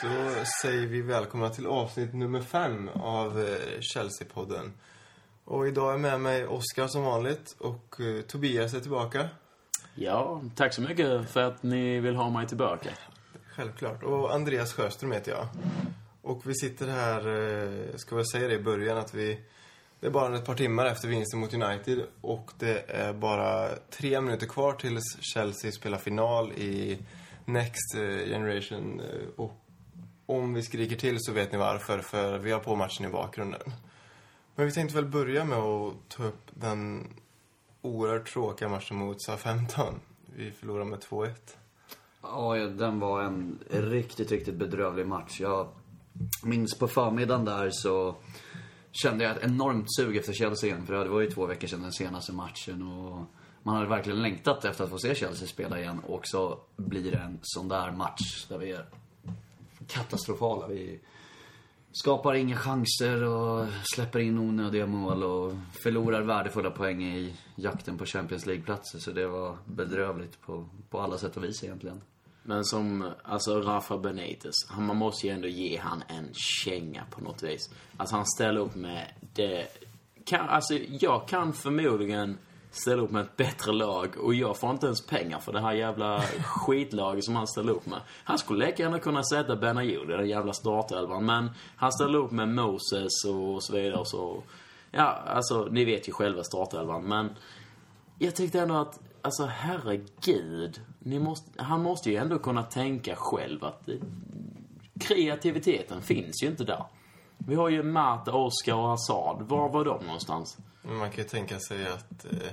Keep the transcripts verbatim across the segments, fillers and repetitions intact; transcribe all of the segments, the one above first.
Då säger vi välkomna till avsnitt nummer fem av Chelsea-podden. Och idag är med mig Oskar som vanligt och uh, Tobias är tillbaka. Ja, tack så mycket för att ni vill ha mig tillbaka. Självklart. Och Andreas Sjöström heter jag. Och vi sitter här, uh, ska jag säga det i början, att vi... Det är bara ett par timmar efter vinsten mot United och det är bara tre minuter kvar tills Chelsea spelar final i Next Generation. Och om vi skriker till så vet ni varför, för vi har på matchen i bakgrunden. Men vi tänkte väl börja med att ta upp den oerhört tråkiga matchen mot Southampton. Vi förlorade med två ett. Ja, den var en riktigt, riktigt bedrövlig match. Jag minns på förmiddagen där så... kände jag ett enormt sug efter Chelsea igen. För det var ju två veckor sedan den senaste matchen. Och man hade verkligen längtat efter att få se Chelsea spela igen. Och så blir det en sån där match där vi är katastrofala. Vi skapar inga chanser och släpper in onödiga mål. Och förlorar värdefulla poäng i jakten på Champions League-platser. Så det var bedrövligt på, på alla sätt och vis egentligen. Men som, alltså Rafa Benitez, han, man måste ju ändå ge han en känga på något vis. Alltså han ställer upp med det, kan, alltså jag kan förmodligen ställa upp med ett bättre lag och jag får inte ens pengar för det här jävla skitlaget som han ställer upp med. Han skulle lika gärna kunna sätta Benayoun i den jävla startelvan, men han ställer upp med Moses och så vidare och så. Ja, alltså ni vet ju själva startelvan, men jag tyckte ändå att alltså herregud, ni måste, han måste ju ändå kunna tänka själv att det, kreativiteten finns ju inte där. Vi har ju Mata, Oscar och Hazard. Var var de någonstans? Man kan ju tänka sig att eh,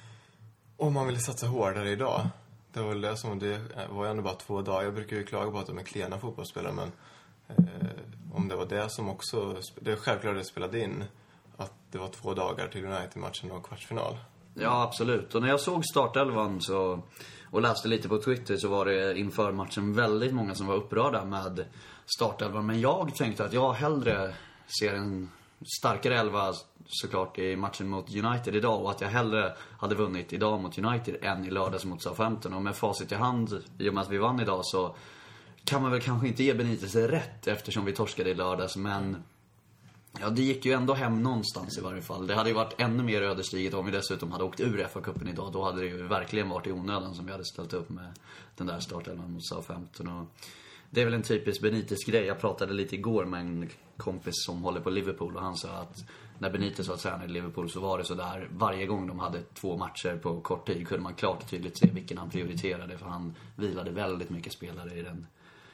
om man vill satsa hårdare idag, det var väl det som, det var ju ändå bara två dagar. Jag brukar ju klaga på att de är klena fotbollsspelare, men eh, om det var det som också, det är självklart det spelade in att det var två dagar till United-matchen och kvartsfinal. Ja, absolut. Och när jag såg startelvan så, och läste lite på Twitter, så var det inför matchen väldigt många som var upprörda med startelvan. Men jag tänkte att jag hellre ser en starkare elva såklart i matchen mot United idag. Och att jag hellre hade vunnit idag mot United än i lördags mot Southampton. Och med facit i hand, i och med att vi vann idag, så kan man väl kanske inte ge Benitez rätt eftersom vi torskade i lördags. Men... ja, det gick ju ändå hem någonstans i varje fall. Det hade ju varit ännu mer ödesdigert om vi dessutom hade åkt ur F A-cupen idag. Då hade det ju verkligen varit i onödan som vi hade ställt upp med den där startelvan mot Southampton. Och det är väl en typisk Benitez-grej. Jag pratade lite igår med en kompis som håller på Liverpool och han sa att när Benitez var tränare i Liverpool så var det så där varje gång de hade två matcher på kort tid kunde man klart och tydligt se vilken han prioriterade, för han vilade väldigt mycket spelare i den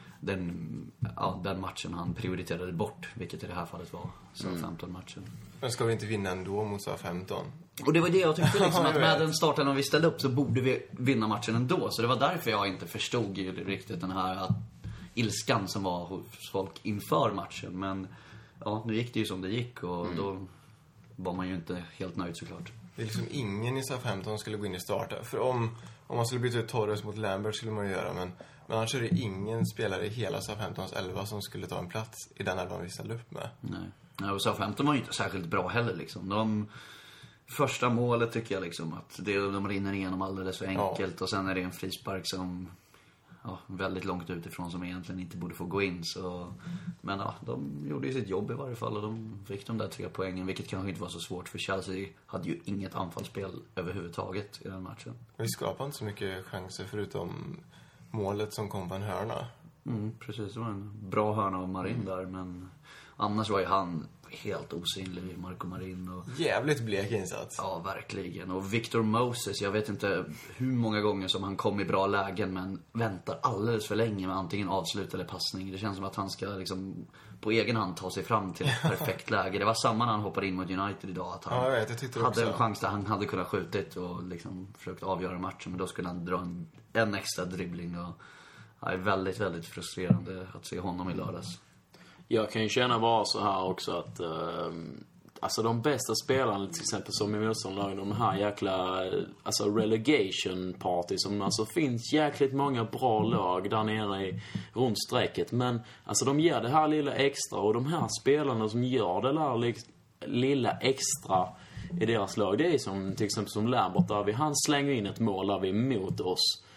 Den, ja, den matchen han prioriterade bort, vilket i det här fallet var Southampton-matchen. Men ska vi inte vinna ändå mot Southampton? Och det var det jag tyckte liksom, att med den starten om vi ställde upp så borde vi vinna matchen ändå. Så det var därför jag inte förstod riktigt den här att, ilskan som var hos folk inför matchen. Men ja, nu gick det ju som det gick och mm. då var man ju inte helt nöjd såklart. Det är liksom ingen i Southampton skulle gå in i starten. För om, om man skulle byta ut Torres mot Lambert skulle man ju göra, men Men annars är det ingen spelare i hela Southamptons elva som skulle ta en plats i den elvan vi ställde upp med. Nej, Nej och Southampton var ju inte särskilt bra heller liksom. De första målet tycker jag liksom att det, de rinner igenom alldeles för enkelt. Ja. Och sen är det en frispark som ja, väldigt långt utifrån som egentligen inte borde få gå in. Så, men ja, de gjorde ju sitt jobb i varje fall och de fick de där tre poängen, vilket kanske inte var så svårt för Chelsea hade ju inget anfallsspel överhuvudtaget i den matchen. Vi skapade inte så mycket chanser förutom målet som kom på en hörna. Mm, precis, det var en bra hörna av Marin mm. där, men annars var ju han helt osynlig, Marco Marin. Och... jävligt blek insats. Ja, verkligen. Och Victor Moses, jag vet inte hur många gånger som han kom i bra lägen men väntar alldeles för länge med antingen avslut eller passning. Det känns som att han ska liksom på egen hand ta sig fram till ett perfekt läge. Det var samma när han hoppade in mot United idag, att han ja, jag vet, jag hade en chans där han hade kunnat skjutit och liksom försökt avgöra matchen, men då skulle han dra en, en extra dribbling och ja, det är väldigt, väldigt frustrerande att se honom i lördags. Jag kan ju känna bara så här också att uh, alltså de bästa spelarna till exempel som i motståndarlagen, de här jäkla alltså relegation party som alltså finns jäkligt många bra lag där nere i runt strecket, men alltså de ger det här lilla extra, och de här spelarna som gör det där li- lilla extra i deras lag, det är som till exempel som Lambert där vi, han slänger in ett mål där vi är emot oss.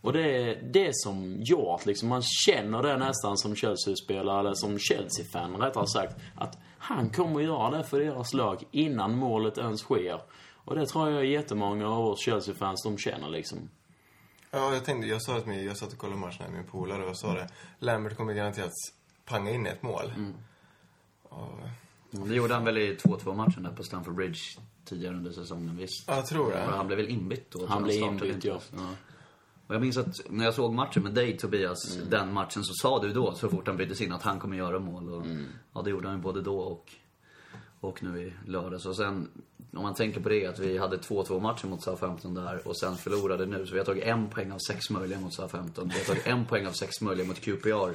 Och det är det som gör att liksom, man känner det nästan som Chelsea-spelare, eller som Chelsea-fan rättare sagt, att han kommer göra det för deras lag innan målet ens sker. Och det tror jag är jättemånga av oss Chelsea-fans de känner liksom. Ja, jag tänkte, jag sa att mig, jag satt och kollade matchen här med min polare och jag sa det. Lambert kommer garanterat panga in ett mål. Mm. Och... Det gjorde han väl i två två matchen där på Stamford Bridge tidigare under säsongen, visst. Ja, jag tror det. Men han blev väl inbytt då. Han blev startade inbytt, inte. ja. ja. Och jag minns att när jag såg matchen med dig, Tobias, Mm. den matchen, så sa du då, så fort han byttes in, att han kommer göra mål. Och, Mm. ja, det gjorde han ju både då och, och nu i lördags. Och sen, om man tänker på det, att vi hade två två matcher mot Southampton där och sen förlorade nu. Så vi har tagit en poäng av sex möjliga mot Southampton. Vi har tagit en poäng av sex möjliga mot Q P R.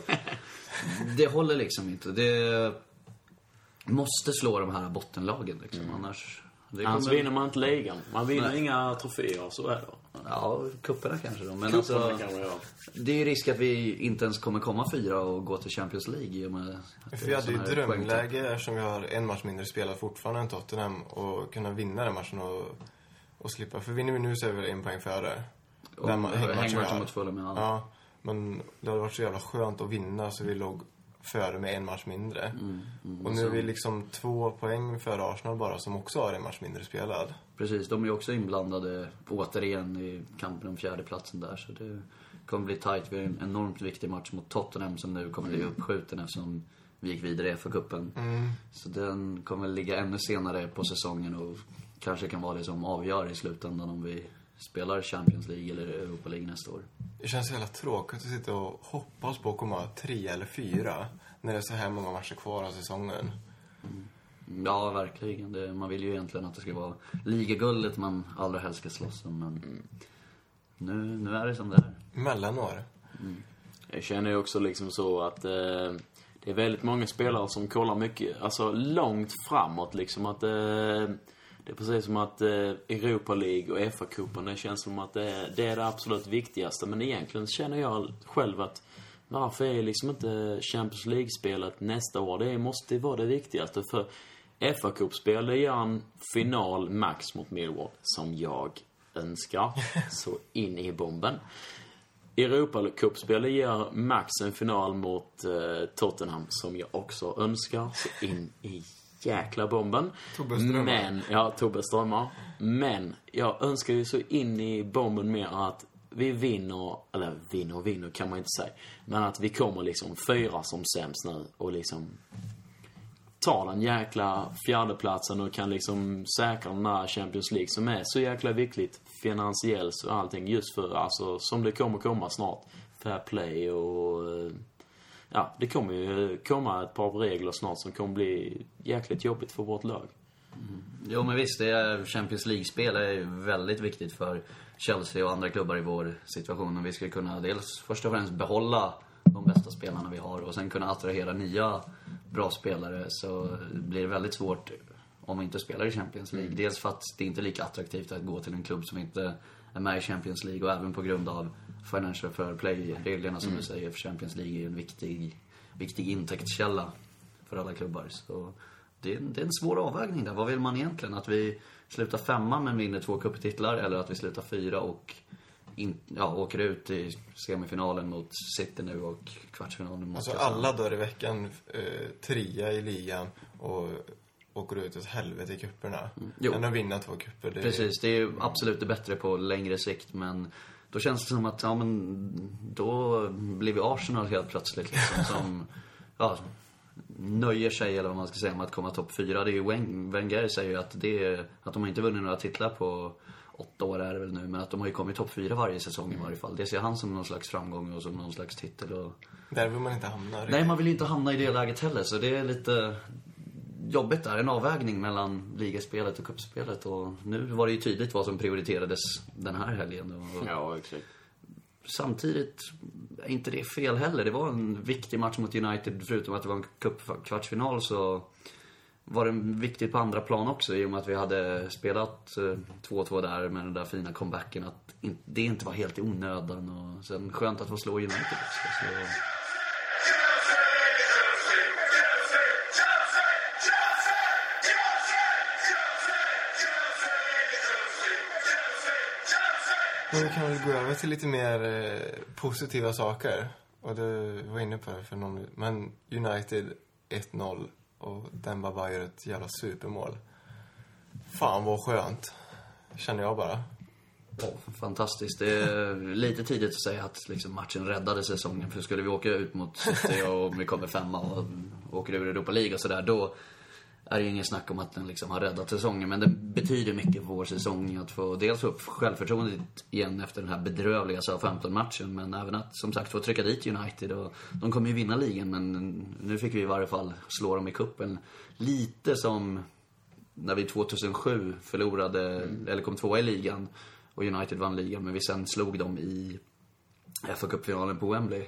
Det håller liksom inte. Det måste slå de här bottenlagen liksom, mm. annars... Det Annars kommer... vinner man inte ligan. Man vinner Nej. inga troféer, så är det. Ja, kupperna kanske då. Men Kupperna alltså, kan man göra. det är ju risk att vi inte ens kommer komma fyra och gå till Champions League. I och med att För vi hade ju sån här drömläge eftersom vi har en match mindre spelat fortfarande än Tottenham och kunna vinna den matchen och, och slippa. För vinner vi nu så är vi en poäng före. Och Den ma- hängmatchen vi hängmatchen har. mot Fulham, ja. Ja, men det hade varit så jävla skönt att vinna så vi låg före med en match mindre. Mm, mm, och nu så. är vi liksom två poäng före Arsenal bara som också har en match mindre spelad. Precis, de är ju också inblandade återigen i kampen om fjärdeplatsen där. Så det kommer bli tight. Vi har en enormt viktig match mot Tottenham som nu kommer bli uppskjuten eftersom vi gick vidare i F A-cupen. Mm. Så den kommer ligga ännu senare på säsongen och kanske kan vara det som avgör i slutändan om vi spelar Champions League eller Europa League nästa år. Det känns så jävla tråkigt att sitta och hoppas på att komma tre eller fyra när det är så här många matcher kvar av säsongen. Ja, verkligen. Det, man vill ju egentligen att det ska vara ligaguldet man allra helst ska slåss om. Men mm. nu, nu är det som det är. Mellanår. Mm. Jag känner ju också liksom så att eh, det är väldigt många spelare som kollar mycket, alltså långt framåt liksom att eh, det är precis som att eh, Europa League och F A-cupen, det känns som att det är, det är det absolut viktigaste. Men egentligen känner jag själv att varför är liksom inte Champions League-spelet nästa år? Det måste vara det viktigaste. För F A-cupspel, det är en final max mot Millwall som jag önskar. Så in i bomben. Europa-cupspel ger max en final mot eh, Tottenham som jag också önskar. Så in i jäkla bomben. Tobbes drömmar. Men, ja, Tobbes drömmar. Men jag önskar ju så in i bomben med att vi vinner, eller vinner och vinner kan man inte säga. Men att vi kommer liksom fyra som sämst nu och liksom tar den jäkla fjärdeplatsen och kan liksom säkra den här Champions League som är så jäkla viktigt finansiellt och allting just för, alltså som det kommer komma snart. Fair play och ja, det kommer ju komma ett par regler snart som kommer bli jäkligt jobbigt för vårt lag. Mm. Jo, men visst, det är Champions League-spel är ju väldigt viktigt för Chelsea och andra klubbar i vår situation. Och vi ska kunna dels först och främst behålla de bästa spelarna vi har och sen kunna attrahera nya bra spelare, så blir det väldigt svårt om vi inte spelar i Champions League. Mm. Dels för att det inte är lika attraktivt att gå till en klubb som inte är med i Champions League och även på grund av financial fair play-reglerna som mm. du säger, för Champions League är en viktig, viktig intäktskälla för alla klubbar. Så det är, det är en svår avvägning där. Vad vill man egentligen? Att vi slutar femma men vinner två cuptitlar, eller att vi slutar fyra och in, ja, åker ut i semifinalen mot City nu och kvartsfinalen mot... Alltså alla dagar i veckan eh, trea i ligan och åker ut ett helvete i kupperna. Mm. Än att vinna två kupper. Det... Precis, det är ju absolut det bättre på längre sikt, men då känns det som att ja, men då blir vi Arsenal helt plötsligt liksom, som ja, nöjer sig, eller vad man ska säga, med att komma topp fyra. Det är ju Wenger säger ju att det är, att de har inte vunnit några titlar på åtta år är det väl nu, men att de har ju kommit topp fyra varje säsong i varje fall. Det ser han som någon slags framgång och som någon slags titel och... Där vill man inte hamna. Riktigt. Nej, man vill inte hamna i det läget heller, så det är lite jobbigt där, en avvägning mellan ligaspelet och cupspelet. Och nu var det ju tydligt vad som prioriterades den här helgen. Och ja, exakt. Samtidigt är inte det fel heller. Det var en viktig match mot United, förutom att det var en cupkvartsfinal, så var det viktigt på andra plan också, i och med att vi hade spelat två två där med den där fina comebacken, att det inte var helt i onödan. Och sen skönt att få slå United också, så... Men vi kan väl gå över till lite mer eh, positiva saker. Och du var inne på det för någon. Men United ett noll och Demba Ba gör ett jävla supermål. Fan vad skönt, känner jag bara. Oh, fantastiskt. Det är lite tidigt att säga att liksom, matchen räddade säsongen. För skulle vi åka ut mot City och vi kommer femma och åker ur Europa League och sådär, då är det ju ingen snack om att den liksom har räddat säsongen. Men det betyder mycket för vår säsong att få dels få upp självförtroendet igen efter den här bedrövliga Southampton-matchen. Men även att som sagt få trycka dit United. Och de kommer ju vinna ligan, men nu fick vi i varje fall slå dem i kuppen. Lite som när vi tjugohundrasju förlorade, mm. eller kom tvåa i ligan och United vann ligan, men vi sen slog dem i F A-cupfinalen på Wembley.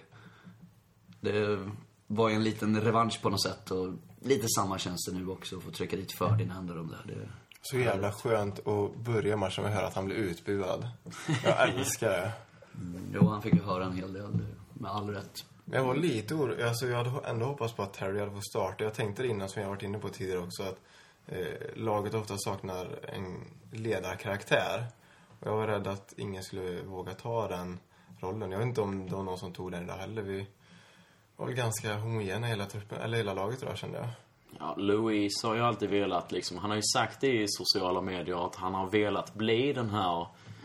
Det var en liten revansch på något sätt, och lite samma känns det nu också att få trycka dit Ferdinand och de där. Det... Så jävla skönt att börja matchen med att höra att han blir utbuad. Jag älskar det. Mm, jo, han fick ju höra en hel del, med all rätt. Jag var lite orolig. Alltså, jag hade ändå hoppats på att Terry hade fått starta. Jag tänkte innan, som jag varit inne på tidigare också, att eh, laget ofta saknar en ledarkaraktär. Och jag var rädd att ingen skulle våga ta den rollen. Jag vet inte om det var någon som tog den idag heller. Vi var väl ganska homogena hela truppen, eller hela laget då, kände jag. Ja, Luis har ju alltid velat liksom, han har ju sagt det i sociala medier att han har velat bli den här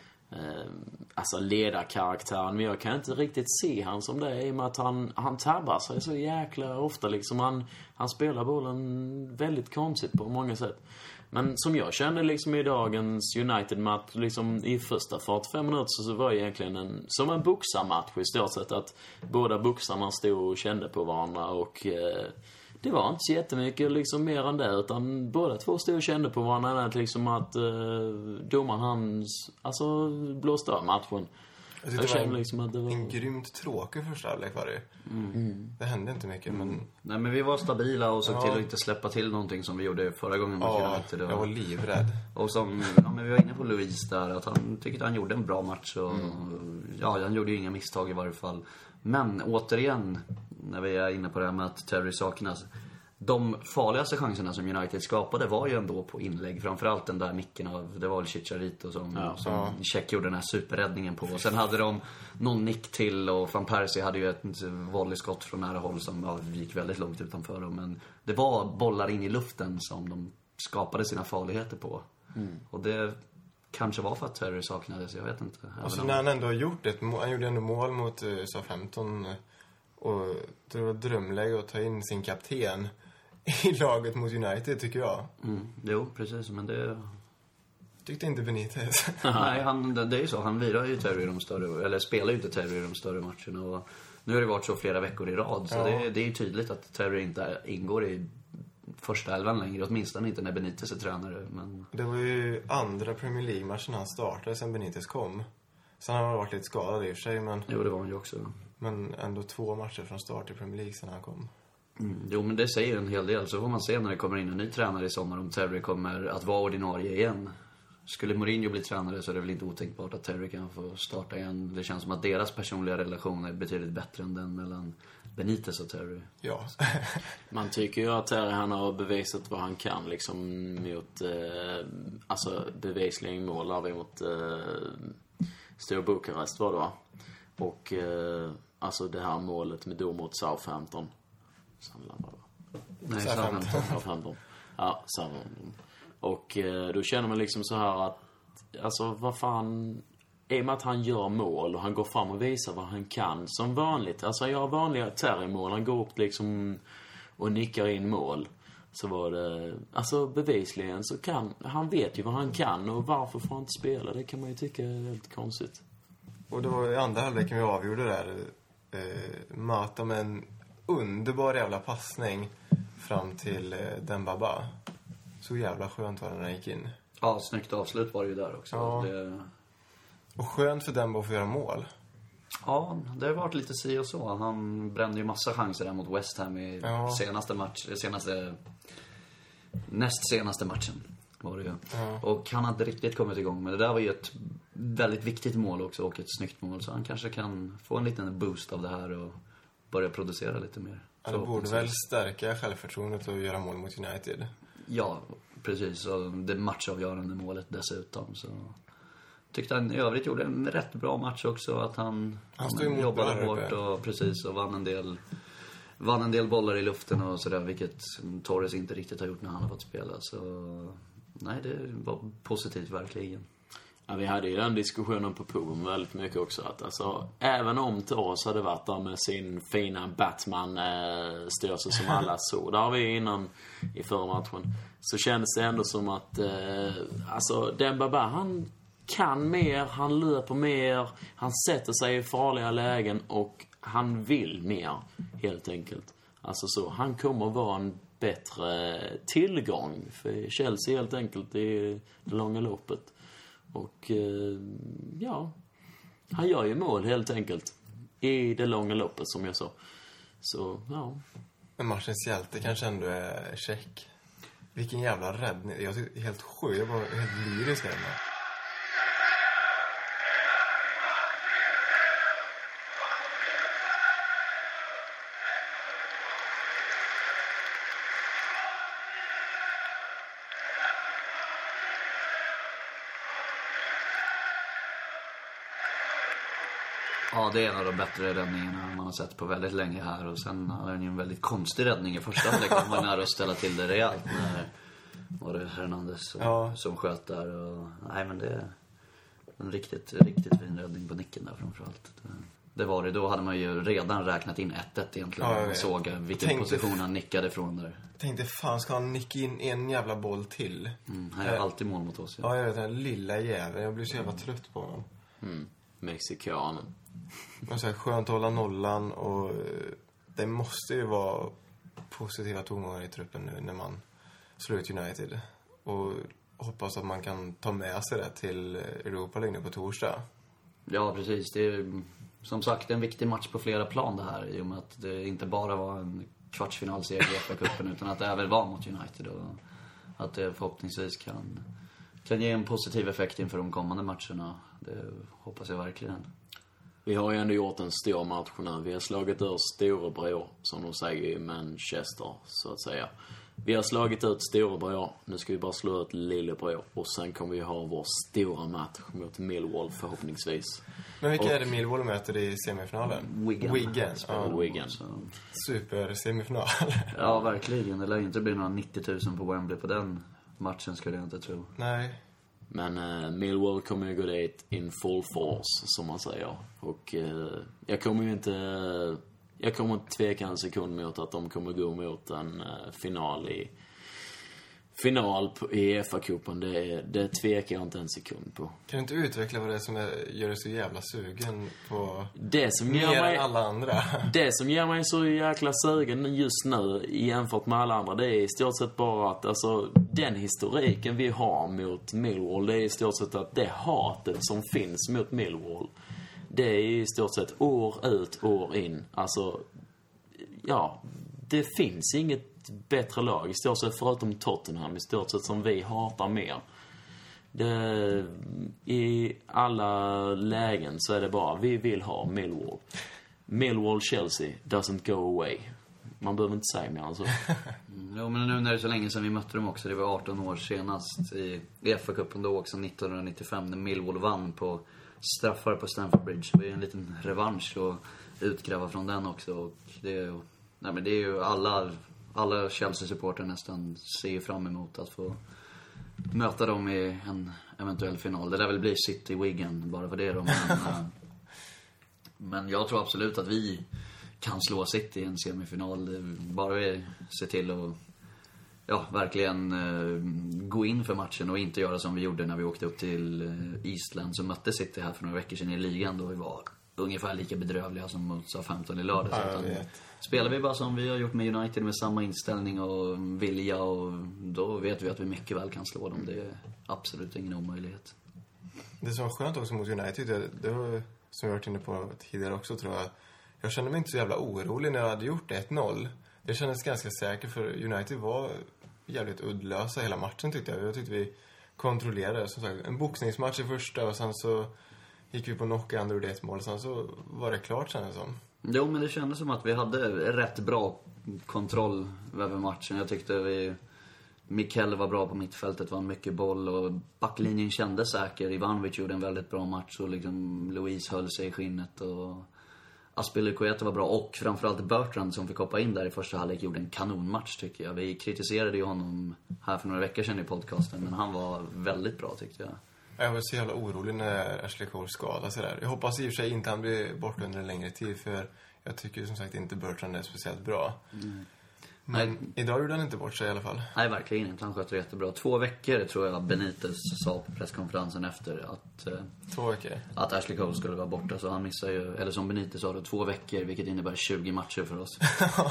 eh, alltså ledarkaraktären, men jag kan inte riktigt se han som det, i och med att han, han tabbar sig så jäkla ofta liksom. Han, han spelar bollen väldigt konstigt på många sätt. Men som jag kände liksom i dagens United-match, liksom i första fyrtiofem minuter, så var det egentligen en, som en boxarmatch i stort sett, att båda boxarna stod och kände på varandra, och eh, det var inte så jättemycket liksom mer än det, utan båda två stod och kände på varandra, att liksom att eh, domaren hans alltså blåste av matchen. Jag, jag kände liksom att det var en grymt tråkig första halvlek var det. Mm. Det hände inte mycket, men nej, men vi var stabila och såg ja. till att inte släppa till någonting som vi gjorde förra gången mot ja, United. Jag var livrädd. Och som ja, men vi var inne på Luis där, att han tyckte att han gjorde en bra match och mm. ja, han gjorde ju inga misstag i varje fall. Men återigen, när vi är inne på det här med att Terry saknas, de farligaste chanserna som United skapade var ju ändå på inlägg. Framförallt den där nicken av, det var väl Chicharito som, ja, som ja. Check gjorde den här superräddningen på. Och sen hade de någon nick till, och Van Persie hade ju ett volleyskott från nära håll som ja, gick väldigt långt utanför dem. Men det var bollar in i luften som de skapade sina farligheter på. Mm. Och det kanske var för att Terry saknades, jag vet inte. Och så när han ändå har gjort ett mål, han gjorde ändå mål mot uh, Southampton, och det var drömläge att ta in sin kapten i laget mot United, tycker jag. Mm, jo, precis, men det tyckte inte Benitez. Nej, han, det är ju så. Han virar ju Terry i de större, eller spelar ju inte Terry i de större matcherna. Och nu har det varit så flera veckor i rad, så ja. det, det är ju tydligt att Terry inte ingår i första elvan längre, åtminstone inte när Benitez är tränare. Men det var ju andra Premier League-matchen han startade sen Benitez kom. Sen har han varit lite skadad i och för sig, men jo, det var han ju också. Men ändå två matcher från start i Premier League sen han kom. Mm, jo, men det säger en hel del. Så får man se när det kommer in en ny tränare i sommar om Terry kommer att vara ordinarie igen. Skulle Mourinho bli tränare så är det väl inte otänkbart att Terry kan få starta igen. Det känns som att deras personliga relation är betydligt bättre än den mellan Benitez och Terry. Ja. Man tycker ju att Terry, han har bevisat vad han kan liksom mot eh, alltså bevisligen mål av mot eh, Stor Bukarest var det, va? Och eh, alltså det här målet med dom mot Southampton. Sunderland, Nej, Southampton. Southampton. Ja, Southampton. Och eh, då känner man liksom så här att alltså vad fan, i och med att han gör mål och han går fram och visar vad han kan som vanligt. Alltså han gör vanliga Terry-mål, han går upp liksom och nickar in mål. Så var det, alltså bevisligen så kan, han vet ju vad han kan, och varför får han inte spela? Det kan man ju tycka är väldigt konstigt. Och det var i andra halvleken vi avgjorde där. Eh, Mata med en underbar jävla passning fram till eh, Demba Ba. Så jävla skönt var det när han gick in. Ja, snyggt avslut var det ju där också. Ja. Det... Och skönt för Demba att få göra mål. Ja, det har varit lite si och så. Han brände ju massa chanser där mot West Ham i ja. senaste match, senaste näst senaste matchen var det ju. Ja. Och han har inte riktigt kommit igång, men det där var ju ett väldigt viktigt mål också, och ett snyggt mål, så han kanske kan få en liten boost av det här och börja producera lite mer. Ja, det borde väl stärka självförtroendet och göra mål mot United. Ja, precis, och det matchavgörande målet dessutom, så tyckte han i övrigt gjorde en rätt bra match också. Att han, Han stod han emot jobbade bra hårt uppe. och precis och vann en del vann en del bollar i luften och sådär, vilket Torres inte riktigt har gjort när han har fått spela. Så nej, det var positivt verkligen. Ja, vi hade ju den diskussionen på puben väldigt mycket också. Att alltså, även om Torres hade varit där med sin fina Batman-styrelse som alla såg. Där har vi innan i förra matchen. Så kändes det ändå som att eh, alltså, Dembaba, han kan mer, han löper mer, han sätter sig i farliga lägen och han vill mer, helt enkelt. Alltså så, han kommer vara en bättre tillgång för Chelsea helt enkelt i det långa loppet. Och eh, ja, han gör ju mål helt enkelt i det långa loppet, som jag sa. Så, ja. Men matchens hjälte kanske ändå är check. Vilken jävla räddning. Jag tycker helt sjukt. Jag var helt lyrisk här. Ja, det är en av de bättre räddningarna man har sett på väldigt länge här. Och sen har den ju en väldigt konstig räddning i första halvlek. Man var nära att ställa till det rejält när var det Hernandez som, Ja. som sköt där. Och, nej, men det är en riktigt, riktigt fin räddning på nicken där framförallt. Det, det var det. Då hade man ju redan räknat in ett ett egentligen. Ja, jag man vet. såg vilken Tänkte- position han nickade från där. Tänkte, fan, ska han nicka in en jävla boll till? Mm, han gör Eh, alltid mål mot oss. Ja. Ja, jag vet, den här lilla jäveln. Jag blir så jävla trött på honom. Mm. Mexikanen. Men så här, skönt att hålla nollan och eh, det måste ju vara positiva tongångar i truppen nu när man slår ut United. Och hoppas att man kan ta med sig det till Europa League nu på torsdag. Ja, precis. Det är som sagt en viktig match på flera plan det här. I och med att det inte bara var en kvartsfinalserie i F A-cupen utan att det även var mot United. Och att det förhoppningsvis kan, kan ge en positiv effekt inför de kommande matcherna. Det hoppas jag verkligen. Vi har ju ändå gjort en stor match nu. Vi har slagit ur storebror, som de säger i Manchester, så att säga. Vi har slagit ut storebror. Nu ska vi bara slå ut lillebror. Och sen kommer vi ha vår stora match mot Millwall förhoppningsvis. Men vilka Och- är det Millwall möter i semifinalen? Wigan. Wigan. Ja, Wigan. Så, super-semifinal. ja, verkligen. Det lär ju inte bli några nittio tusen på Wembley på den matchen, skulle jag inte tro. Nej. Men eh, Millwall kommer ju gå dit in full force, som man säger. Och eh, jag kommer ju inte... Jag kommer inte tveka en sekund mot att de kommer gå mot en eh, final i... Final på, i F A-cupen. Det, det tvekar jag inte en sekund på. Kan du inte utveckla vad det är som är, gör dig så jävla sugen på Det som mer gör mig... än alla andra? Det som ger mig så jäkla sugen just nu jämfört med alla andra, det är i stort sett bara att alltså, den historiken vi har mot Millwall, det är i stort sett att det hatet som finns mot Millwall, det är i stort sett år ut, år in. Alltså, ja, det finns inget bättre lag i stort sett förutom Tottenham i stort sett som vi hatar mer. Det, i alla lägen så är det bara, vi vill ha Millwall. Millwall-Chelsea doesn't go away. Man behöver inte säga mer än så. Ja, men nu när det är så länge sedan vi mötte dem också. Det var arton år senast i F A-cupen då också, nittonhundranittiofem, när Millwall vann på straffar på Stamford Bridge. Det är en liten revansch att utkräva från den också. Och det är, nej, men det är ju alla, alla Chelsea-supporter nästan ser fram emot att få möta dem i en eventuell final. Det där väl blir City Wigan bara för det då. Men, men jag tror absolut att vi kan slå City i en semifinal. Bara vi ser till att ja, verkligen uh, gå in för matchen och inte göra som vi gjorde när vi åkte upp till uh, Eastland som mötte City här för några veckor sedan i ligan, då vi var ungefär lika bedrövliga som mot Southampton i lördags. Ja, jag Utan vet. spelar vi bara som vi har gjort med United med samma inställning och vilja, och då vet vi att vi mycket väl kan slå dem. Det är absolut ingen omöjlighet. Det som var skönt också mot United, det, det var, som jag varit inne på tidigare också, tror jag. Jag kände mig inte så jävla orolig när jag hade gjort ett noll. Det kändes ganska säkert, för United var jävligt uddlösa hela matchen, tyckte jag. Jag tyckte vi kontrollerade, som sagt, en boxningsmatch i första och sen så gick vi på knock i andra och ett mål. Sen så var det klart, kändes det som. Jo, men det kändes som att vi hade rätt bra kontroll över matchen. Jag tyckte vi Mikel var bra på mittfältet, vann mycket boll och backlinjen kändes säker. Ivanovic gjorde en väldigt bra match och liksom Luis höll sig i skinnet och Azpilicueta var bra och framförallt Bertrand som fick hoppa in där i första halvlek gjorde en kanonmatch tycker jag. Vi kritiserade ju honom här för några veckor sedan i podcasten, men han var väldigt bra tyckte jag. Jag var så jävla orolig när Ashley Cole skadade sig där. Jag hoppas i och för sig inte han blir borta under en längre tid, för jag tycker som sagt inte Bertrand är speciellt bra. Mm. Men Nej. Idag gjorde han inte bort sig i alla fall. Nej, verkligen inte. Han skötte jättebra. Två veckor tror jag Benitez sa på presskonferensen efter att, eh, två veckor. att Ashley Cole skulle vara borta. Så han missar ju, eller som Benitez sa då, två veckor, vilket innebär tjugo matcher för oss.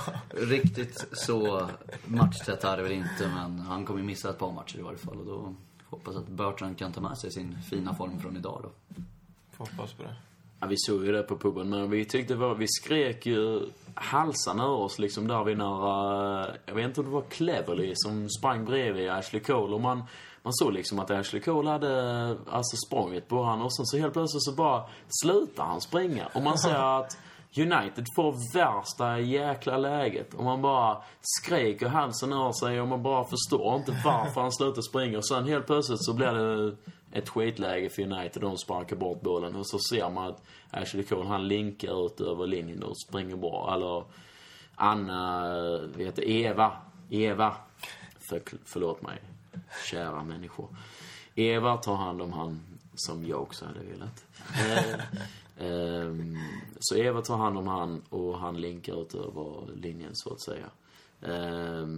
Riktigt så matchtätt är det väl inte, men han kommer ju missa ett par matcher i varje fall. Och då hoppas att Bertrand kan ta med sig sin fina form från idag då. Får hoppas på det. Ja, vi såg ju det på puben, men vi tyckte var, vi skrek ju halsarna ur oss liksom där vi när, jag vet inte om det var Cleverly som sprang bredvid Ashley Cole och man, man såg liksom att Ashley Cole hade alltså sprungit på han och sen så helt plötsligt så bara slutar han springa och man ser att United får värsta jäkla läget och man bara skriker halsen ur sig och man bara förstår inte varför han slutar springa och sen helt plötsligt så blir det ett skitläge för United. De sparkar bort bollen och så ser man att Ashley Cole han linkar ut över linjen och springer bort. Eller Anna, vet Eva Eva för, förlåt mig, kära människor. Eva tar hand om han som jag också hade velat. eh, eh, så Eva tar hand om han och han linkar ut över linjen så att säga. Eh,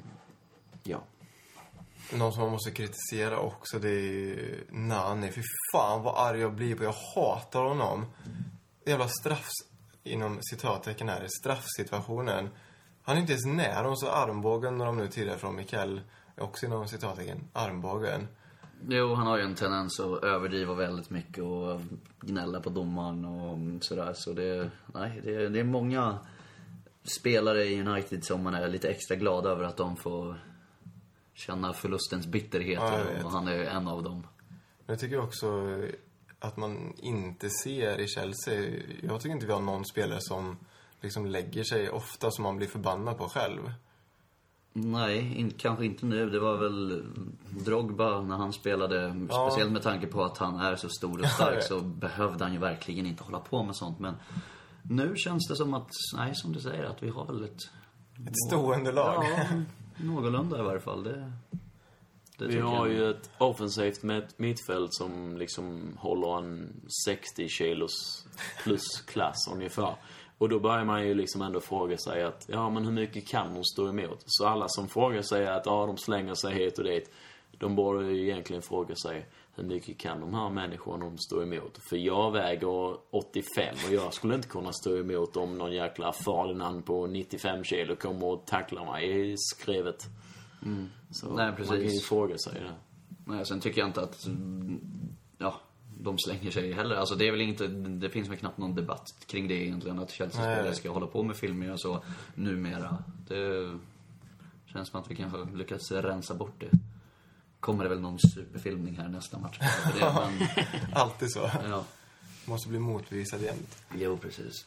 ja. Någon som man måste kritisera också, det är ju Nani. Fy fan vad arg jag blir på. Jag hatar honom. Jävla straffs, inom citattecken här, straffsituationen. Han är inte ens nära. Och så armbågen när de nu tidigare från Mikel. Också inom citattecken, armbågen. Jo, han har ju en tendens att överdriva väldigt mycket och gnälla på domaren och sådär. Så det, nej, det, det är många spelare i United som man är lite extra glad över att de får känna förlustens bitterhet, ja, och han är en av dem. Men jag tycker också att man inte ser i Chelsea, jag tycker inte vi har någon spelare som liksom lägger sig ofta som man blir förbannad på själv. Nej, in, kanske inte nu. Det var väl Drogba när han spelade, ja. Speciellt med tanke på att han är så stor och stark så behövde han ju verkligen inte hålla på med sånt. Men nu känns det som att, nej, som du säger, att vi har väl ett Ett stående lag. Ja, någorlunda i varje fall. Det, det vi har jag. ju ett offensivt med ett mittfält som liksom håller en sextio kilos plus klass ungefär. Och då börjar man ju liksom ändå fråga sig att ja, men hur mycket kan de stå emot? Så alla som frågar sig att ja, de slänger sig hit och dit, de borde ju egentligen fråga sig hur mycket kan de här människorna de stå emot? För jag väger åttiofem och jag skulle inte kunna stå emot om någon jäkla Ferdinand på nittiofem kilo kommer och tacklar mig i skrevet. Mm. Så nej, precis. Man kan ju fråga sig det. Nej, sen tycker jag inte att ja, de slänger sig heller. Alltså det är väl inte, det finns väl knappt någon debatt kring det egentligen, att Chelsea ska hålla på med filmer och så numera. Det känns som att vi kanske lyckats rensa bort det. Kommer det väl någon superfilmning här nästa match. Det, men... Alltid så. Ja. Måste bli motbevisad jämt. Jo, precis.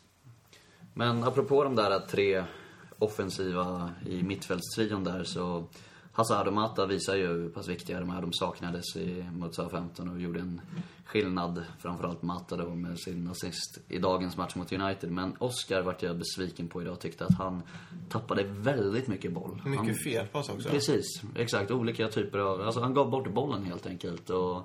Men apropå de där tre offensiva i mittfältstrion där, så Hazard och Mata visar ju hur pass viktiga de här. De saknades i, mot Southampton och gjorde en skillnad, framförallt Mata då med sin assist i dagens match mot United. Men Oscar vart jag besviken på idag, tyckte att han tappade väldigt mycket boll. Mycket han, felpass också. Precis, exakt, olika typer av, alltså han gav bort bollen helt enkelt. Och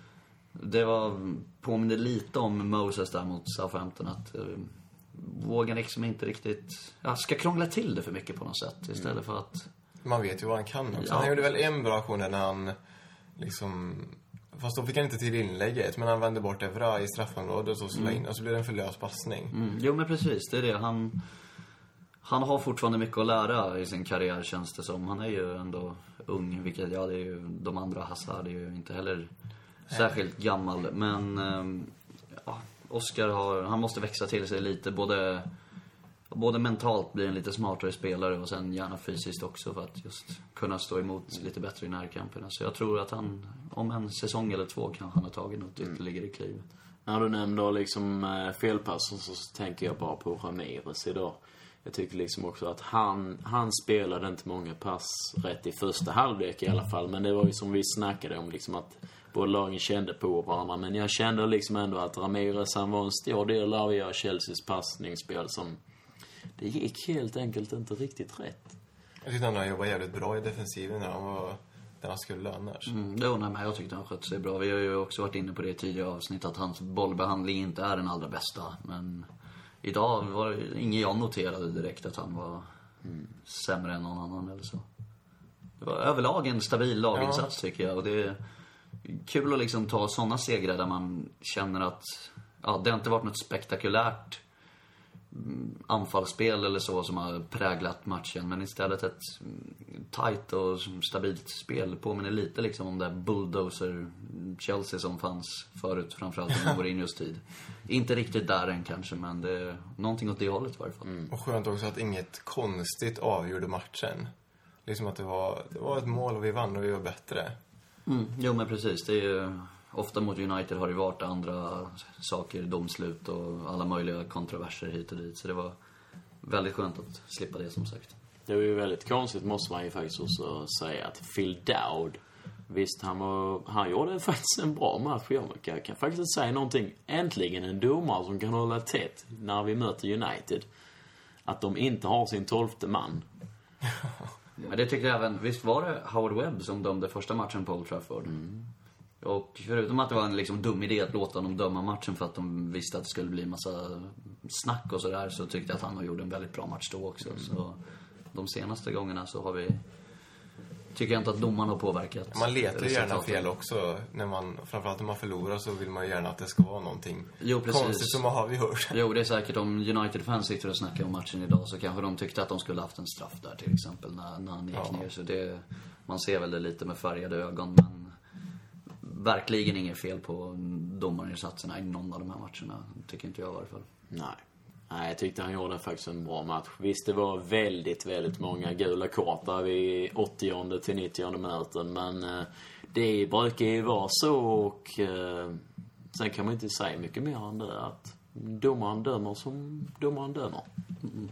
det var, påminner lite om Moses där mot Southampton, att uh, vågar liksom inte riktigt, ja, ska krångla till det för mycket på något sätt istället mm. för att man vet ju vad han kan också. Ja. Han gjorde väl en bra aktion när han liksom, fast då fick han inte till inlägget, men han vände bort Evra i straffområdet och så slog mm. in, och så blev det en förlös passning. Mm. Jo, men precis, det är det. Han, han har fortfarande mycket att lära i sin karriär, känns det som. Han är ju ändå ung, vilket, ja, det är ju de andra. Hazard är ju inte heller särskilt gammal. Men ja, Oscar har, han måste växa till sig lite, både Både mentalt blir en lite smartare spelare och sen gärna fysiskt också, för att just kunna stå emot lite bättre i närkamperna. Så jag tror att han, om en säsong eller två, kan han ha tagit något ytterligare i klivet. När du nämnde liksom felpassen så tänker jag bara på Ramirez idag. Jag tycker liksom också att han, han spelade inte många pass rätt i första halvlek i alla fall. Men det var ju som vi snackade om liksom att båda lagen kände på varandra. Men jag kände liksom ändå att Ramirez, han var en stor del av Chelseas passningsspel som det gick helt enkelt inte riktigt rätt. Jag tyckte han jobbade jävligt bra i defensiven när han var där han skulle annars. Mm, jo, nej, men jag tyckte han skötte sig bra. Vi har ju också varit inne på det i tidigare avsnitt att hans bollbehandling inte är den allra bästa. Men idag var det ingen jag noterade direkt att han var mm, sämre än någon annan eller så. Det var överlag en stabil laginsats, ja, tycker jag. Och det är kul att liksom ta sådana segrar där man känner att ja, det har inte varit något spektakulärt anfallsspel eller så som har präglat matchen, men istället ett tight och stabilt spel. Påminner lite liksom om det bulldozer Chelsea som fanns förut, framförallt under Mourinhos tid. Inte riktigt där än kanske, men det är någonting åt det hållet i varje fall. Mm. Och skönt också att inget konstigt avgjorde matchen. Liksom att det var, det var ett mål och vi vann och vi var bättre. Mm. Jo, men precis. Det är ju, ofta mot United har det varit andra saker, domslut och alla möjliga kontroverser hit och dit. Så det var väldigt skönt att slippa det, som sagt. Det var ju väldigt konstigt, måste man ju faktiskt också säga, att Phil Dowd, visst, han, var, han gjorde faktiskt en bra match. Jag kan, kan faktiskt säga någonting. Äntligen en domare som kan hålla tätt när vi möter United. Att de inte har sin tolfte man. Men det tycker jag även, visst var det Howard Webb som dömde första matchen på Old Trafford? Mm. Och förutom att det var en liksom dum idé att låta dem döma matchen för att de visste att det skulle bli en massa snack och sådär, så tyckte jag att han gjorde en väldigt bra match då också. Mm. Så de senaste gångerna så har vi, tycker jag inte att domaren har påverkat. Man letar ju gärna fel också när man, framförallt när man förlorar, så vill man ju gärna att det ska vara någonting jo, konstigt som man har vi hört. Jo, det är säkert, om United-fans sitter och snackar om matchen idag så kanske de tyckte att de skulle haft en straff där till exempel när, när han gick ja. ner. Så det, man ser väl det lite med färgade ögon, men verkligen inget fel på domarinsatserna i någon av de här matcherna, tycker inte jag i varje fall. Nej. Nej, jag tyckte han gjorde faktiskt en bra match. Visst, det var väldigt, väldigt många gula kort där vid åttionde till nittionde minuten. Men eh, det brukar ju vara så, och eh, sen kan man inte säga mycket mer än det. Att domaren dömer som domaren dömer. Mm.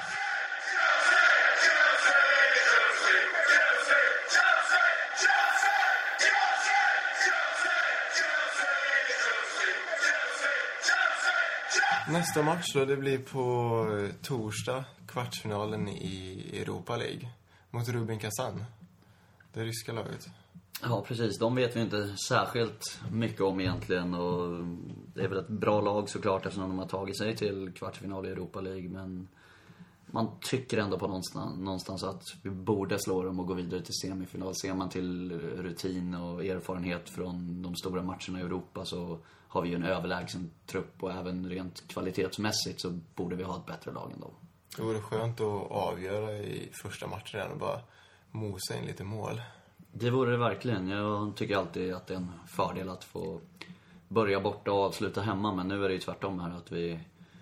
Nästa match då, det blir på torsdag, kvartsfinalen i Europa League mot Rubin Kazan, det ryska laget. Ja, precis. De vet vi inte särskilt mycket om egentligen, och det är väl ett bra lag såklart eftersom de har tagit sig till kvartsfinal i Europa League, men man tycker ändå på någonstans, någonstans att vi borde slå dem och gå vidare till semifinal. Ser man till rutin och erfarenhet från de stora matcherna i Europa så har vi ju en överlägsen trupp, och även rent kvalitetsmässigt så borde vi ha ett bättre lag än dem. Det vore skönt att avgöra i första matchen redan och bara mosa in lite mål. Det vore det verkligen. Jag tycker alltid att det är en fördel att få börja borta och avsluta hemma, men nu är det ju tvärtom här att vi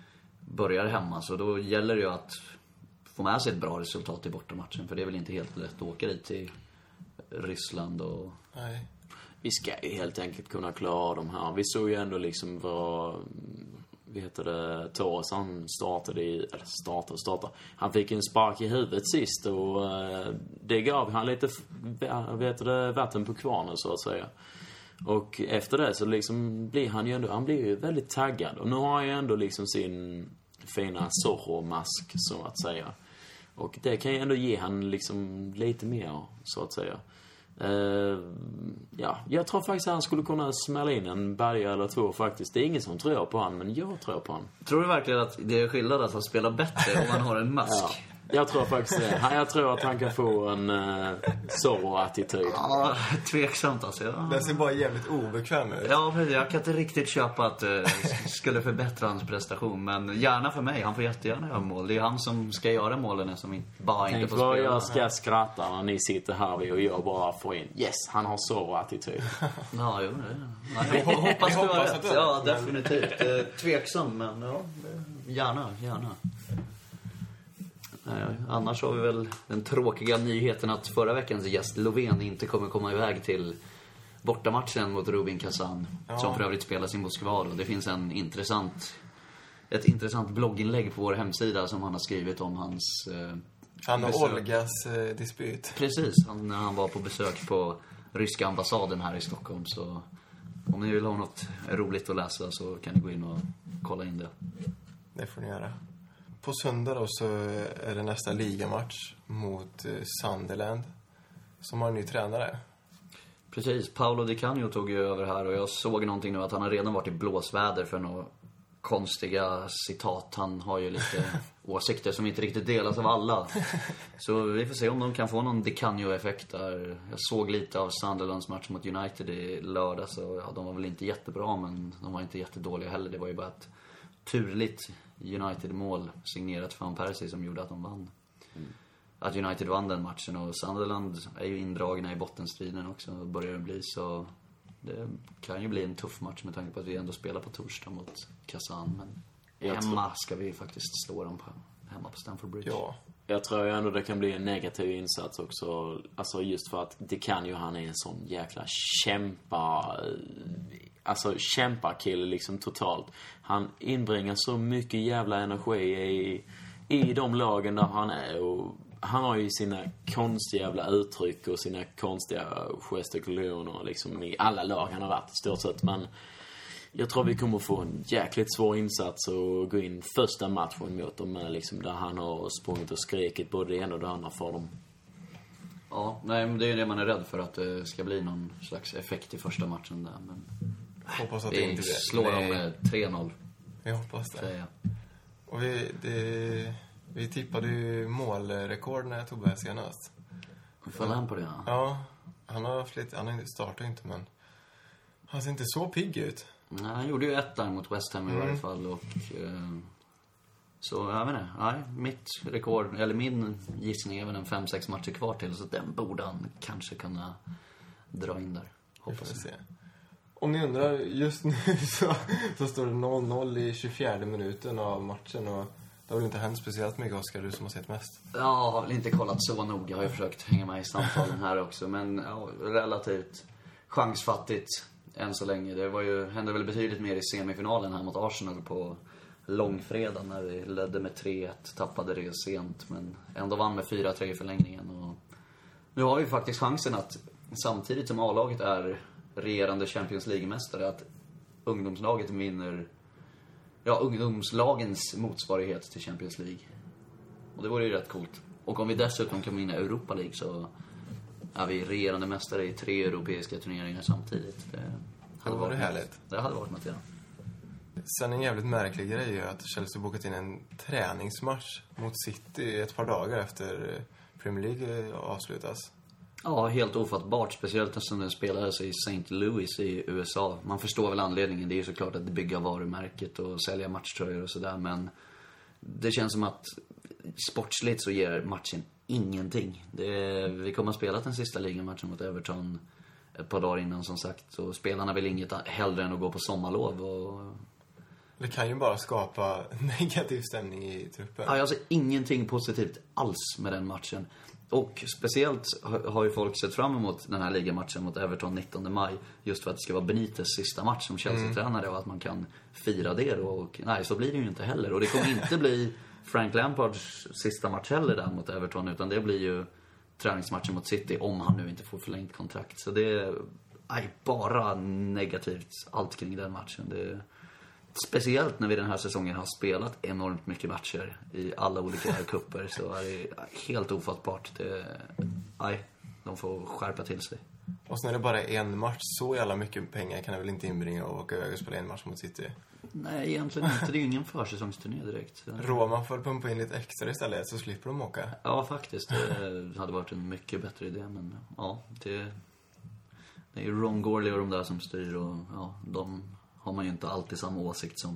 börjar hemma, så då gäller det ju att få med sig ett bra resultat i bortamatchen, för det är väl inte helt lätt att åka dit till Ryssland och... Nej. Vi ska ju helt enkelt kunna klara de här. Vi såg ju ändå liksom vad, vi heter det, Torres, han startade i, eller startade, startade. Han fick en spark i huvudet sist, och eh, det gav han lite, vet det, vatten på kvarnen så att säga. Och efter det så liksom blir han ju ändå, han blir ju väldigt taggad. Och nu har han ju ändå liksom sin fina Zorro-mask så att säga. Och det kan ju ändå ge han liksom lite mer så att säga. Uh, ja, jag tror faktiskt att han skulle kunna smälla in en berga eller två faktiskt. Det är ingen som tror på han, men jag tror på han. Tror du verkligen att det är skillnad att han spelar bättre om han har en mask? Ja, jag tror faktiskt det. Jag tror att han kan få en uh, Zorro-attityd. Ja, tveksamt alltså. Ja. Den ser bara jävligt obekväm ut. Ja, precis. Jag kan inte riktigt köpa att det uh, skulle förbättra hans prestation. Men gärna för mig. Han får jättegärna göra mål. Det är han som ska göra målen, som inte, bara Tänk inte får spela. Tänk vad jag ska skratta när ni sitter här vid och jag bara får in. Yes, han har Zorro-attityd. Ja, jo. Det. Jag hoppas du har rätt. Ja, definitivt. Uh, tveksam, men ja, gärna, gärna. Nej, annars har vi väl den tråkiga nyheten att förra veckans gäst Lovén inte kommer komma iväg till bortamatchen mot Rubin Kazan, ja. Som för övrigt spelas i Moskva. Och det finns en intressant ett intressant blogginlägg på vår hemsida som han har skrivit om hans... Eh, han och besök. Olgas eh, dispyt. Precis, han, när han var på besök på ryska ambassaden här i Stockholm. Så om ni vill ha något roligt att läsa så kan ni gå in och kolla in det. Det får ni göra. På söndag då så är det nästa ligamatch mot eh, Sunderland som har en ny tränare. Precis, Paolo Di Canio tog ju över här och jag såg någonting nu att han har redan varit i blåsväder för några konstiga citat. Han har ju lite åsikter som inte riktigt delas av alla. Så vi får se om de kan få någon Di Canio-effekt där. Jag såg lite av Sunderlands match mot United i lördag så ja, de var väl inte jättebra men de var inte jättedåliga heller. Det var ju bara ett turligt United-mål signerat Van Persie som gjorde att de vann. Mm. Att United vann den matchen och Sunderland är ju indragna i bottenstriden också och börjar det bli så det kan ju bli en tuff match med tanke på att vi ändå spelar på torsdag mot Kazan men jag hemma tror... ska vi faktiskt slå dem på, hemma på Stamford Bridge. Ja. Jag tror ju ändå det kan bli en negativ insats också, alltså just för att det kan ju han är en sån jäkla kämpa alltså kämpakille liksom totalt. Han inbringar så mycket jävla energi i i de lagen där han är och han har ju sina konstiga jävla uttryck och sina konstiga gestikulationer liksom i alla lag han har varit i stort sett. Men jag tror vi kommer få en jäkligt svår insats och gå in första matchen mot dem med liksom där han har sprungit och skrikit både det ena och det andra för dem. Ja, nej men det är ju det man är rädd för att det ska bli någon slags effekt i första matchen där. Men hoppas att det det inte det. Slår dem med tre noll. Jag hoppas det. Säger jag. Och vi, det, vi tippade ju målrekord när jag tog med senast. Hur föll han på det? Ja, ja han har haft lite, han har inte startat inte men han ser inte så pigg ut. Nej, han gjorde ju ett där mot West Ham i mm. varje fall och eh, så jag vet inte, nej, mitt rekord eller min gissning är väl en fem sex matcher kvar till så den borde han kanske kunna dra in där. Hoppas vi se. Om ni undrar, just nu så, så står det noll noll i tjugofjärde minuten av matchen och det har väl inte hänt speciellt mycket, Oskar, du som har sett mest. Ja, jag har väl inte kollat så noga. Jag har ju försökt hänga med i samtalen här också. Men ja, relativt chansfattigt än så länge. Det var ju, hände väl betydligt mer i semifinalen här mot Arsenal på långfredag när vi ledde med tre ett. Tappade det sent men ändå vann med fyra tre i förlängningen. Och nu har vi faktiskt chansen att samtidigt som A-laget är regerande Champions League-mästare att ungdomslaget vinner ja, ungdomslagens motsvarighet till Champions League. Och det vore ju rätt coolt. Och om vi dessutom kan vinna Europa League så är vi regerande mästare i tre europeiska turneringar samtidigt. Det hade varit härligt. Det hade varit något, ja. Sen en jävligt märklig grej är att Chelsea bokat in en träningsmatch mot City ett par dagar efter Premier League avslutas. Ja, helt ofattbart. Speciellt eftersom den spelades i Saint Louis i U S A. Man förstår väl anledningen. Det är ju såklart att bygga varumärket och sälja matchtröjor och sådär. Men det känns som att sportsligt så ger matchen ingenting. Det, vi kommer att spela den sista ligamatchen mot Everton ett par dagar innan som sagt. Så spelarna vill inget hellre än att gå på sommarlov och... Det kan ju bara skapa negativ stämning i truppen. Ja, jag ser ingenting positivt alls med den matchen. Och speciellt har ju folk sett fram emot den här ligamatchen mot Everton nittonde maj. Just för att det ska vara Benites sista match som Chelsea-tränare och att man kan fira det då. Och nej, så blir det ju inte heller. Och det kommer inte bli Frank Lampards sista match heller där mot Everton. Utan det blir ju träningsmatchen mot City om han nu inte får förlängt kontrakt. Så det är nej, bara negativt allt kring den matchen. Det är... Speciellt när vi den här säsongen har spelat enormt mycket matcher i alla olika kupper så är det helt ofattbart. Det, nej, de får skärpa till sig. Och sen är det bara en match, så jävla mycket pengar kan jag väl inte inbringa och åka iväg och spela en match mot City? Nej, egentligen inte. Det är ju ingen försäsongsturné direkt. Roma får pumpa in lite extra istället så slipper de åka. Ja, faktiskt. Det hade varit en mycket bättre idé, men ja, det, det är ju Ron Gourley och de där som styr och ja, de... har man ju inte alltid samma åsikt som.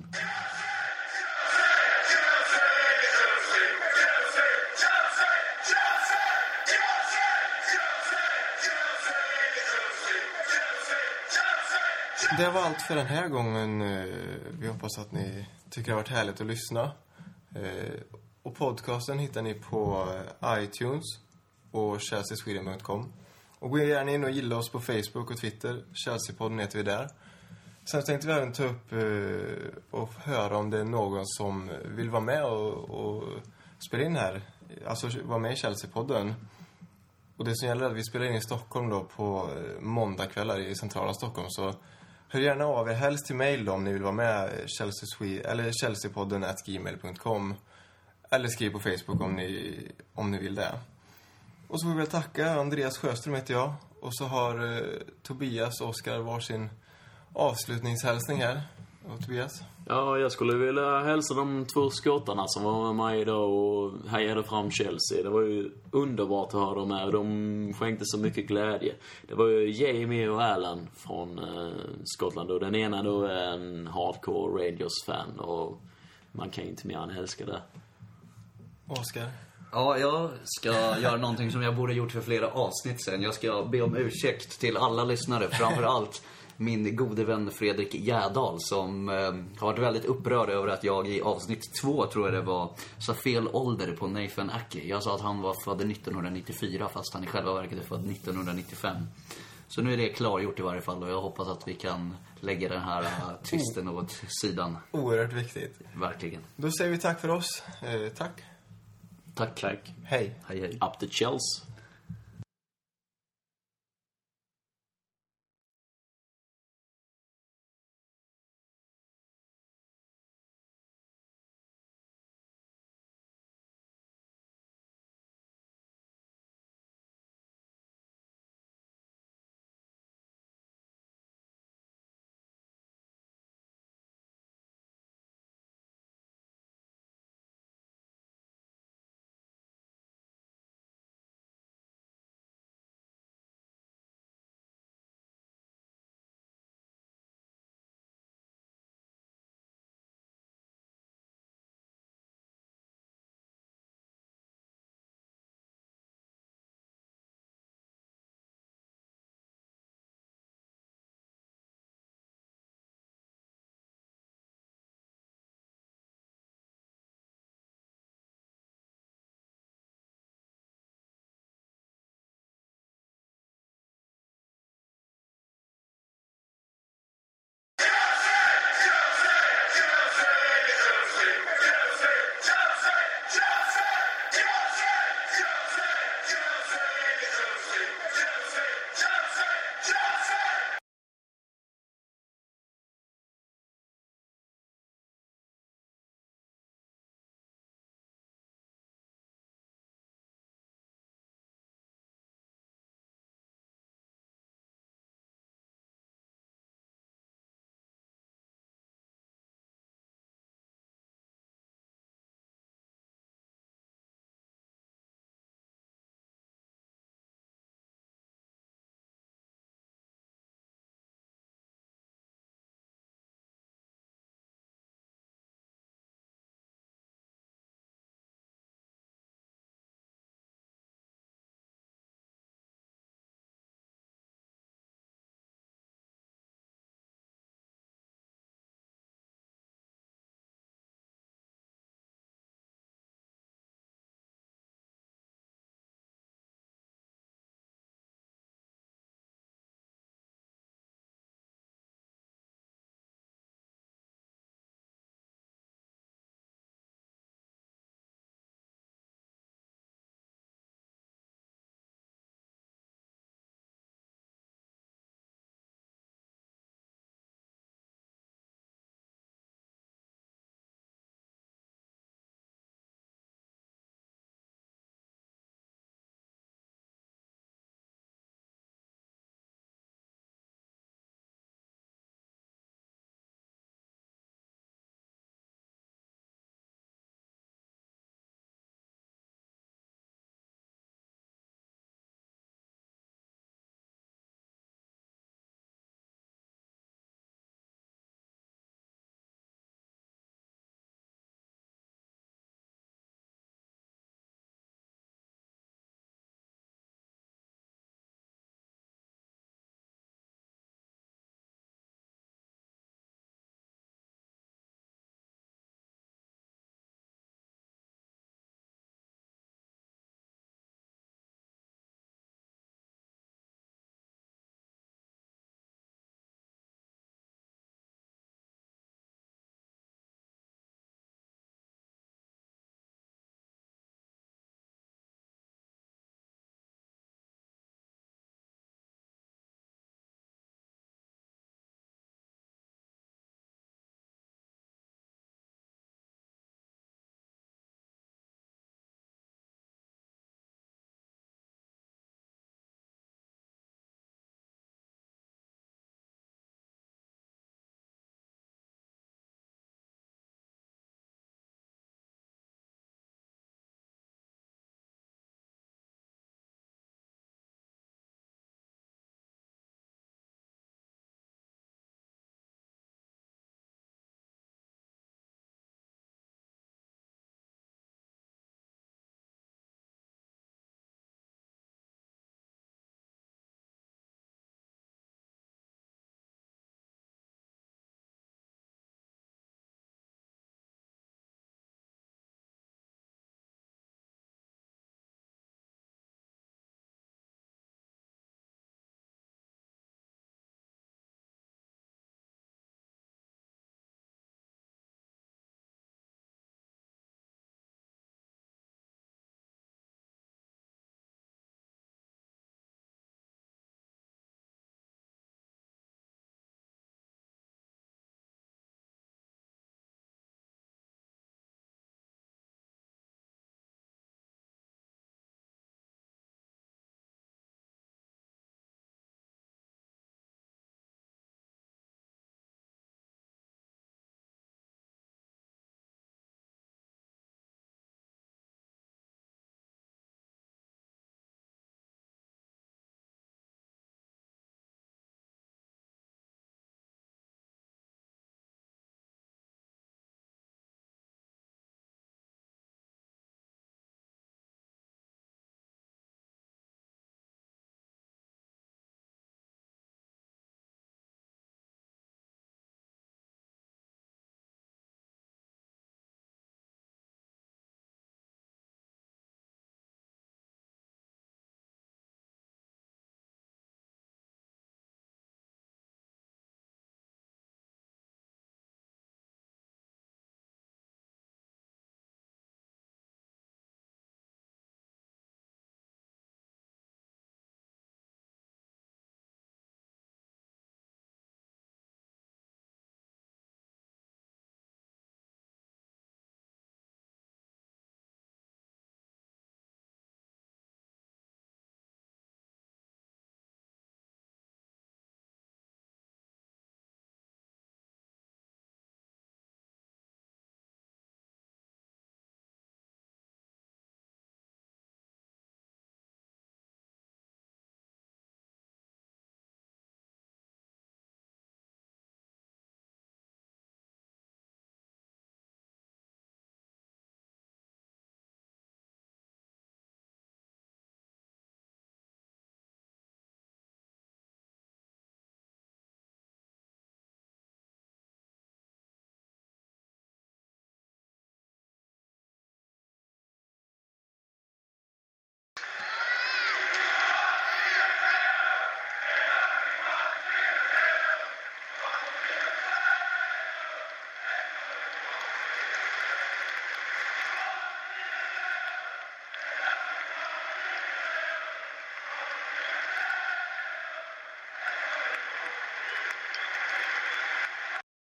Det var allt för den här gången. Vi hoppas att ni tycker det har varit härligt att lyssna. Och podcasten hittar ni på iTunes och chelsea sweden punkt com. Och gå gärna in och gilla oss på Facebook och Twitter. Chelsea-podden heter vi där. Sen tänkte vi även ta upp eh, och höra om det är någon som vill vara med och, och spela in här. Alltså vara med i Chelsea-podden. Och det som gäller är att vi spelar in i Stockholm då på måndagkvällar i centrala Stockholm. Så hör gärna av er, helst till mail då, om ni vill vara med, Chelsea Swe- eller chelseapodden at gmail dot com. Eller skriv på Facebook om ni, om ni vill det. Och så får vi väl tacka. Andreas Sjöström heter jag. Och så har eh, Tobias och Oskar varsin avslutningshälsning här. Och Tobias? Ja, jag skulle vilja hälsa de två skottarna som var med mig idag och hejade fram Chelsea. Det var ju underbart att ha dem med. De skänkte så mycket glädje. Det var ju Jamie och Alan från eh, Skottland. Och den ena då är en hardcore Rangers-fan. Och man kan ju inte mer än älska det. Oskar? Ja, jag ska göra någonting som jag borde gjort för flera avsnitt sen. Jag ska be om ursäkt till alla lyssnare, framförallt min gode vän Fredrik Järdal som eh, har varit väldigt upprörd över att jag i avsnitt två, tror jag det var, sa fel ålder på Nathan Ake. Jag sa att han var född nittonhundranittiofyra fast han i själva verket är född nittonhundranittiofem. Så nu är det klargjort i varje fall och jag hoppas att vi kan lägga den här uh, tvisten åt sidan. Oerhört viktigt. Verkligen. Då säger vi tack för oss. Eh, tack. Tack. Tack. Hej. Hej, hej. Up the Chelsea.